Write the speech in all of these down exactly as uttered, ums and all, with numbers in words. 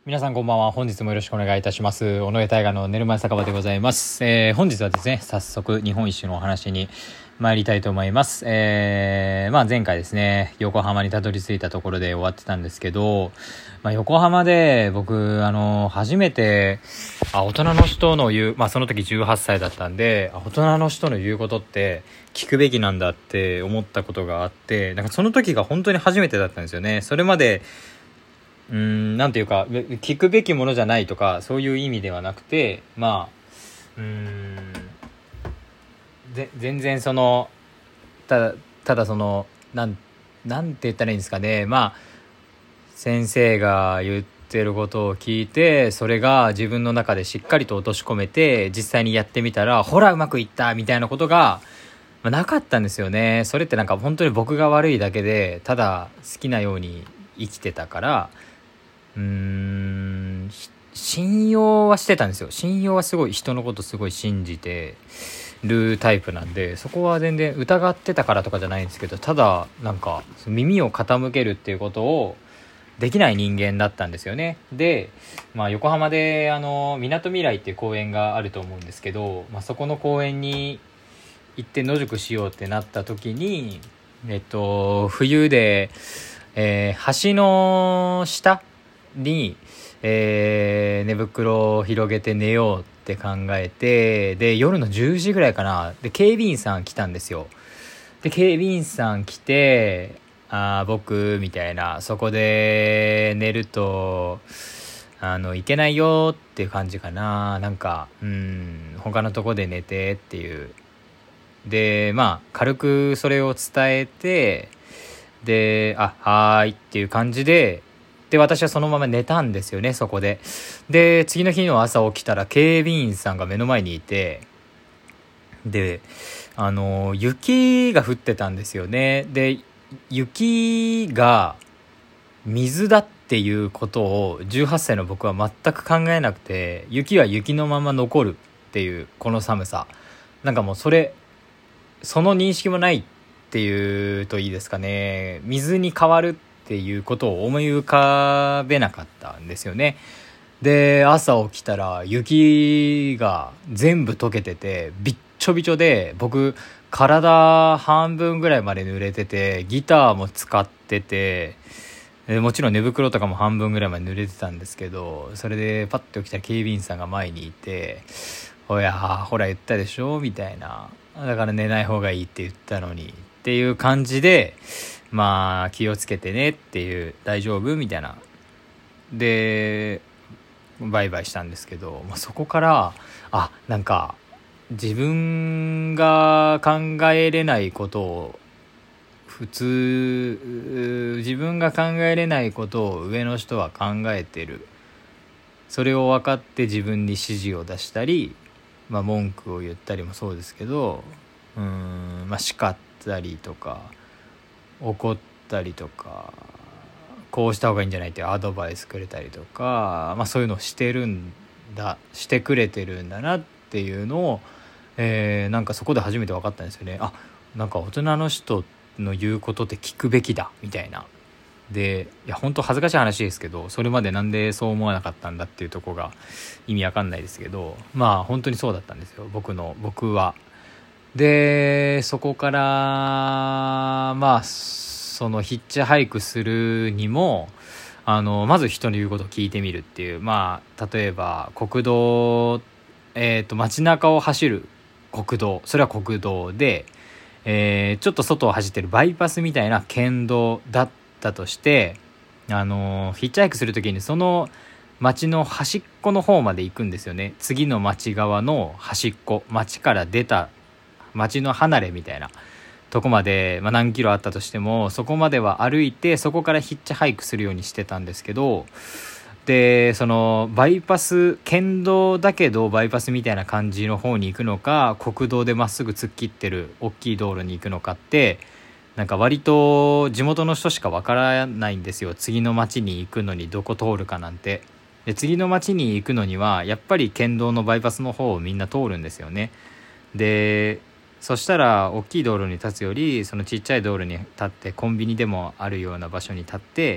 皆さんこんばんは。本日もよろしくお願いいたします。尾上大河の寝る前酒場でございます。えー、本日はですね、早速日本一周のお話に参りたいと思います。えー、まあ前回ですね、横浜にたどり着いたところで終わってたんですけど、まあ横浜で僕、あの、初めて、あ、大人の人の言う、まあその時じゅうはっさいだったんで、あ、大人の人の言うことって聞くべきなんだって思ったことがあって、なんかその時が本当に初めてだったんですよね。それまで、うーんなんていうか聞くべきものじゃないとかそういう意味ではなくて、まあうーんぜ全然そのただただそのなんなんて言ったらいいんですかね。まあ先生が言ってることを聞いて、それが自分の中でしっかりと落とし込めて実際にやってみたら、ほらうまくいったみたいなことが、まあ、なかったんですよね。それってなんか本当に僕が悪いだけで、ただ好きなように生きてたから、うーん信用はしてたんですよ。信用はすごい、人のことすごい信じてるタイプなんで、そこは全然疑ってたからとかじゃないんですけど、ただなんか耳を傾けるっていうことをできない人間だったんですよね。で、まあ、横浜であのみなとみらいっていう公園があると思うんですけど、まあ、そこの公園に行って野宿しようってなった時に、えっと冬で、えー橋の下に、えー寝袋を広げて寝ようって考えて、で夜のじゅうじぐらいかな、で警備員さん来たんですよ。で警備員さん来て、あー僕みたいな、そこで寝るとあのいけないよっていう感じかな。なんかうん他のとこで寝てっていう。でまあ軽くそれを伝えて、であはーいっていう感じで、で私はそのまま寝たんですよね、そこで。で次の日の朝起きたら警備員さんが目の前にいて、であの雪が降ってたんですよね。で雪が水だっていうことをじゅうはっさいの僕は全く考えなくて、雪は雪のまま残るっていう、この寒さ、なんかもうそれその認識もないっていうといいですかね。水に変わるっていうことを思い浮かべなかったんですよね。で朝起きたら雪が全部溶けててびっちょびちょで、僕体半分ぐらいまで濡れてて、ギターも使ってて、もちろん寝袋とかも半分ぐらいまで濡れてたんですけど、それでパッと起きたら警備員さんが前にいて、ほやほら言ったでしょみたいな、だから寝ない方がいいって言ったのにっていう感じで、まあ気をつけてねっていう、大丈夫みたいなでバイバイしたんですけど、まあ、そこからあなんか自分が考えれないことを普通自分が考えれないことを上の人は考えてる、それを分かって自分に指示を出したり、まあ、文句を言ったりもそうですけど、うーん、まあ、叱ったりとか怒ったりとか、こうした方がいいんじゃないっていうアドバイスくれたりとか、まあ、そういうのをしてるんだしてくれてるんだなっていうのを、えー、なんかそこで初めて分かったんですよね。あ、なんか大人の人の言うことって聞くべきだみたいな。でいや本当恥ずかしい話ですけど、それまでなんでそう思わなかったんだっていうところが意味わかんないですけど、まあ本当にそうだったんですよ、僕の僕は。でそこからまあそのヒッチハイクするにも、あのまず人の言うことを聞いてみるっていう、まあ例えば国道、えーと街中を走る国道、それは国道で、えー、ちょっと外を走ってるバイパスみたいな県道だったとして、あのヒッチハイクするときにその街の端っこの方まで行くんですよね。次の街側の端っこ、街から出た街の離れみたいなとこまで、まあ、何キロあったとしてもそこまでは歩いて、そこからヒッチハイクするようにしてたんですけど、でそのバイパス、県道だけどバイパスみたいな感じの方に行くのか、国道でまっすぐ突っ切ってる大きい道路に行くのかって、なんか割と地元の人しかわからないんですよ。次の町に行くのにどこ通るかなんて。で次の町に行くのにはやっぱり県道のバイパスの方をみんな通るんですよね。でそしたら大きい道路に立つより、そのちっちゃい道路に立って、コンビニでもあるような場所に立って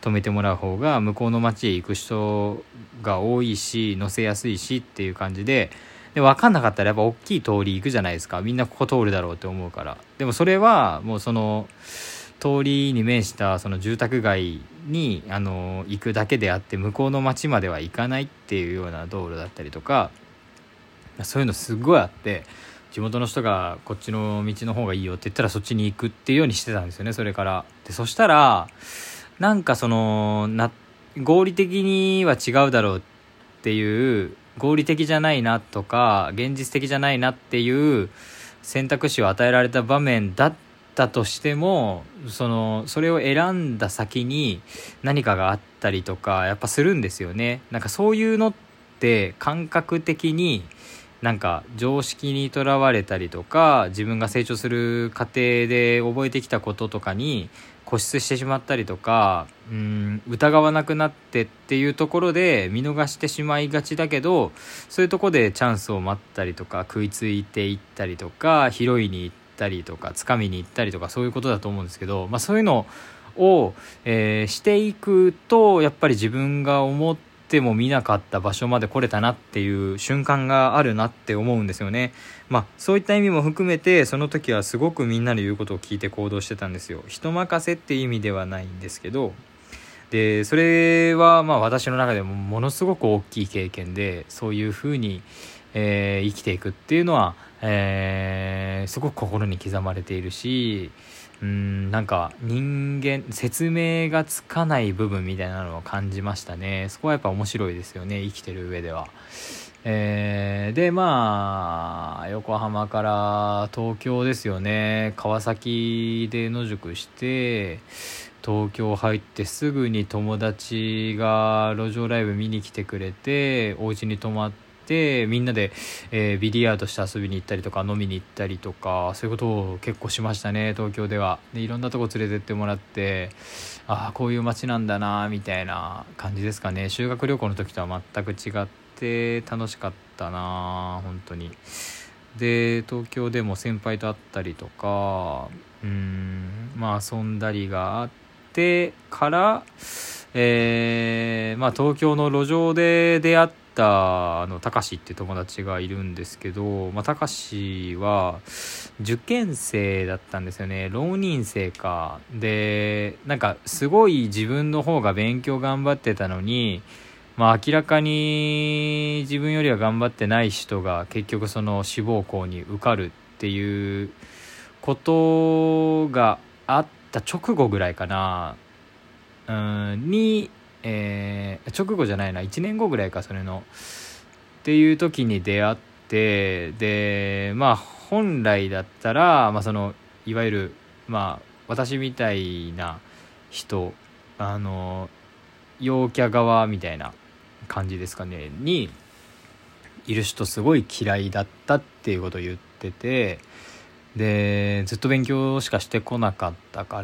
止めてもらう方が向こうの町へ行く人が多いし乗せやすいしっていう感じで、で分かんなかったらやっぱ大きい通り行くじゃないですか。みんなここ通るだろうって思うから。でもそれはもうその通りに面したその住宅街にあの行くだけであって向こうの町までは行かないっていうような道路だったりとか、そういうのすごいあって、地元の人がこっちの道の方がいいよって言ったらそっちに行くっていうようにしてたんですよね。それからでそしたらなんかそのな合理的には違うだろうっていう、合理的じゃないなとか現実的じゃないなっていう選択肢を与えられた場面だったとしても、そのそれを選んだ先に何かがあったりとかやっぱするんですよね。なんかそういうのって感覚的になんか常識にとらわれたりとか、自分が成長する過程で覚えてきたこととかに固執してしまったりとか、うーん疑わなくなってっていうところで見逃してしまいがちだけど、そういうところでチャンスを待ったりとか食いついていったりとか拾いに行ったりとか掴みに行ったりとか、そういうことだと思うんですけど、まあ、そういうのを、えーしていくとやっぱり自分が思ってでも見なかった場所まで来れたなっていう瞬間があるなって思うんですよね。まあそういった意味も含めてその時はすごくみんなの言うことを聞いて行動してたんですよ。人任せっていう意味ではないんですけど、でそれはまあ私の中でもものすごく大きい経験で、そういう風に、えー生きていくっていうのは、えーすごく心に刻まれているし、うーんなんか人間説明がつかない部分みたいなのを感じましたね。そこはやっぱ面白いですよね、生きてる上では。えーでまあ横浜から東京ですよね。川崎で野宿して東京入ってすぐに友達が路上ライブ見に来てくれて、お家に泊まってでみんなで、えービリヤードして遊びに行ったりとか飲みに行ったりとか、そういうことを結構しましたね、東京では。でいろんなとこ連れてってもらって、ああこういう街なんだなみたいな感じですかね。修学旅行の時とは全く違って楽しかったな本当に。で東京でも先輩と会ったりとか、うーんまあ遊んだりがあってから、えーまあ、東京の路上で出会ったあのたかしって友達がいるんですけど、まあ、たかしは受験生だったんですよね。浪人生かで、なんかすごい自分の方が勉強頑張ってたのに、まあ、明らかに自分よりは頑張ってない人が結局その志望校に受かるっていうことがあった直後ぐらいかな、うんに、えー直後じゃないないちねんごぐらいか、それのっていう時に出会って、でまあ本来だったら、まあ、そのいわゆるまあ私みたいな人、あの陽キャ側みたいな感じですかねにいる人すごい嫌いだったっていうことを言ってて、でずっと勉強しかしてこなかったから、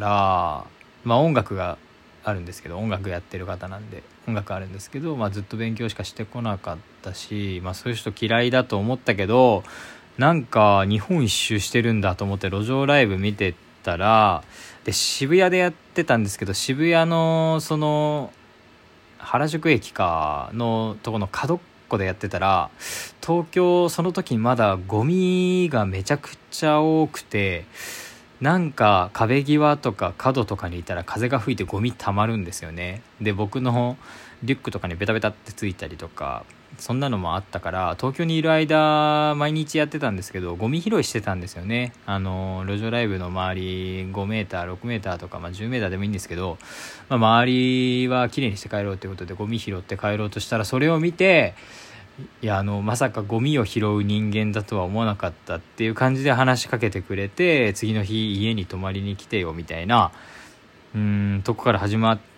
まあ音楽があるんですけど、音楽やってる方なんで音楽あるんですけど、まあ、ずっと勉強しかしてこなかったし、まあ、そういう人嫌いだと思ったけど、なんか日本一周してるんだと思って路上ライブ見てたら、で渋谷でやってたんですけど、渋谷のその原宿駅かのとこの角っこでやってたら、東京その時まだゴミがめちゃくちゃ多くて、なんか壁際とか角とかにいたら風が吹いてゴミ溜まるんですよね。で僕のリュックとかにベタベタってついたりとか、そんなのもあったから、東京にいる間毎日やってたんですけど、ゴミ拾いしてたんですよね。あの路上ライブの周りごメーターろくメーターとか、まあ、じゅうメーターでもいいんですけど、まあ、周りはきれいにして帰ろうということでゴミ拾って帰ろうとしたら、それを見て、いやあのまさかゴミを拾う人間だとは思わなかったっていう感じで話しかけてくれて、次の日家に泊まりに来てよみたいな、うーんとこから始まって、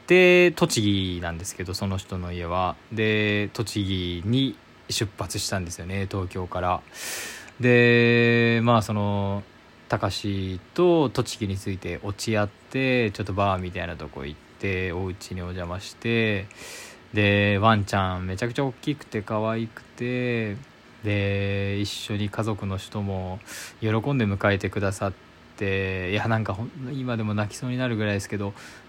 栃木なんですけどその人の家は。で栃木に出発したんですよね、東京から。でまあそのたかしと栃木について落ち合って、ちょっとバーみたいなとこ行ってお家にお邪魔して、でワンちゃんめちゃくちゃ大きくて可愛くて、で一緒に家族の人も喜んで迎えてくださって、いやなんかほん今でも泣きそうになるぐらいですけど、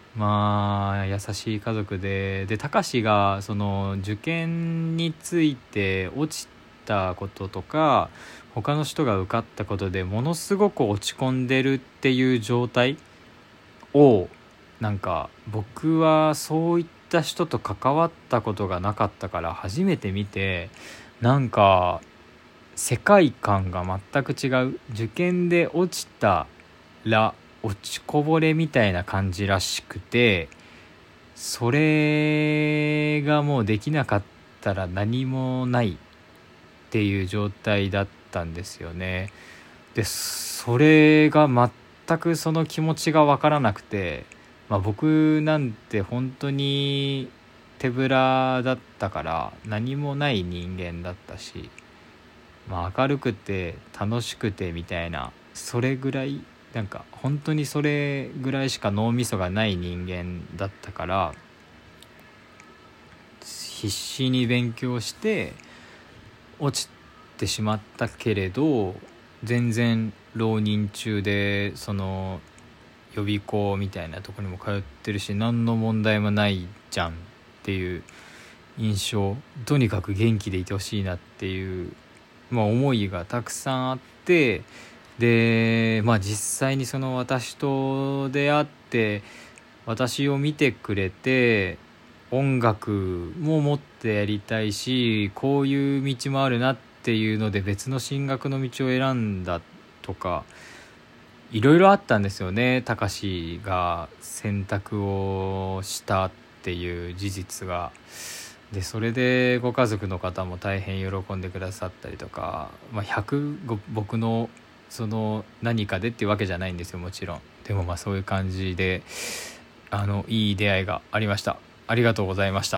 まあ優しい家族で、でたかしがその受験について落ちたこととか他の人が受かったことでものすごく落ち込んでるっていう状態を、なんか僕はそういった人と関わったことがなかったから初めて見て、なんか世界観が全く違う。受験で落ちたら落ちこぼれみたいな感じらしくて、それがもうできなかったら何もないっていう状態だったんですよね。でそれが全くその気持ちが分からなくて、まあ、僕なんて本当に手ぶらだったから何もない人間だったし、まあ、明るくて楽しくてみたいな、それぐらいなんか本当にそれぐらいしか脳みそがない人間だったから、必死に勉強して落ちてしまったけれど、全然浪人中でその予備校みたいなところにも通ってるし何の問題もないじゃんっていう印象、とにかく元気でいてほしいなっていう、まあ、思いがたくさんあって、でまあ実際にその私と出会って私を見てくれて、音楽も持ってやりたいしこういう道もあるなっていうので別の進学の道を選んだとかいろいろあったんですよね。たかしが選択をしたっていう事実が。でそれでご家族の方も大変喜んでくださったりとか、まあ、ひゃく僕のその何かでっていうわけじゃないんですよ、もちろん。でもまあそういう感じであのいい出会いがありました。ありがとうございました。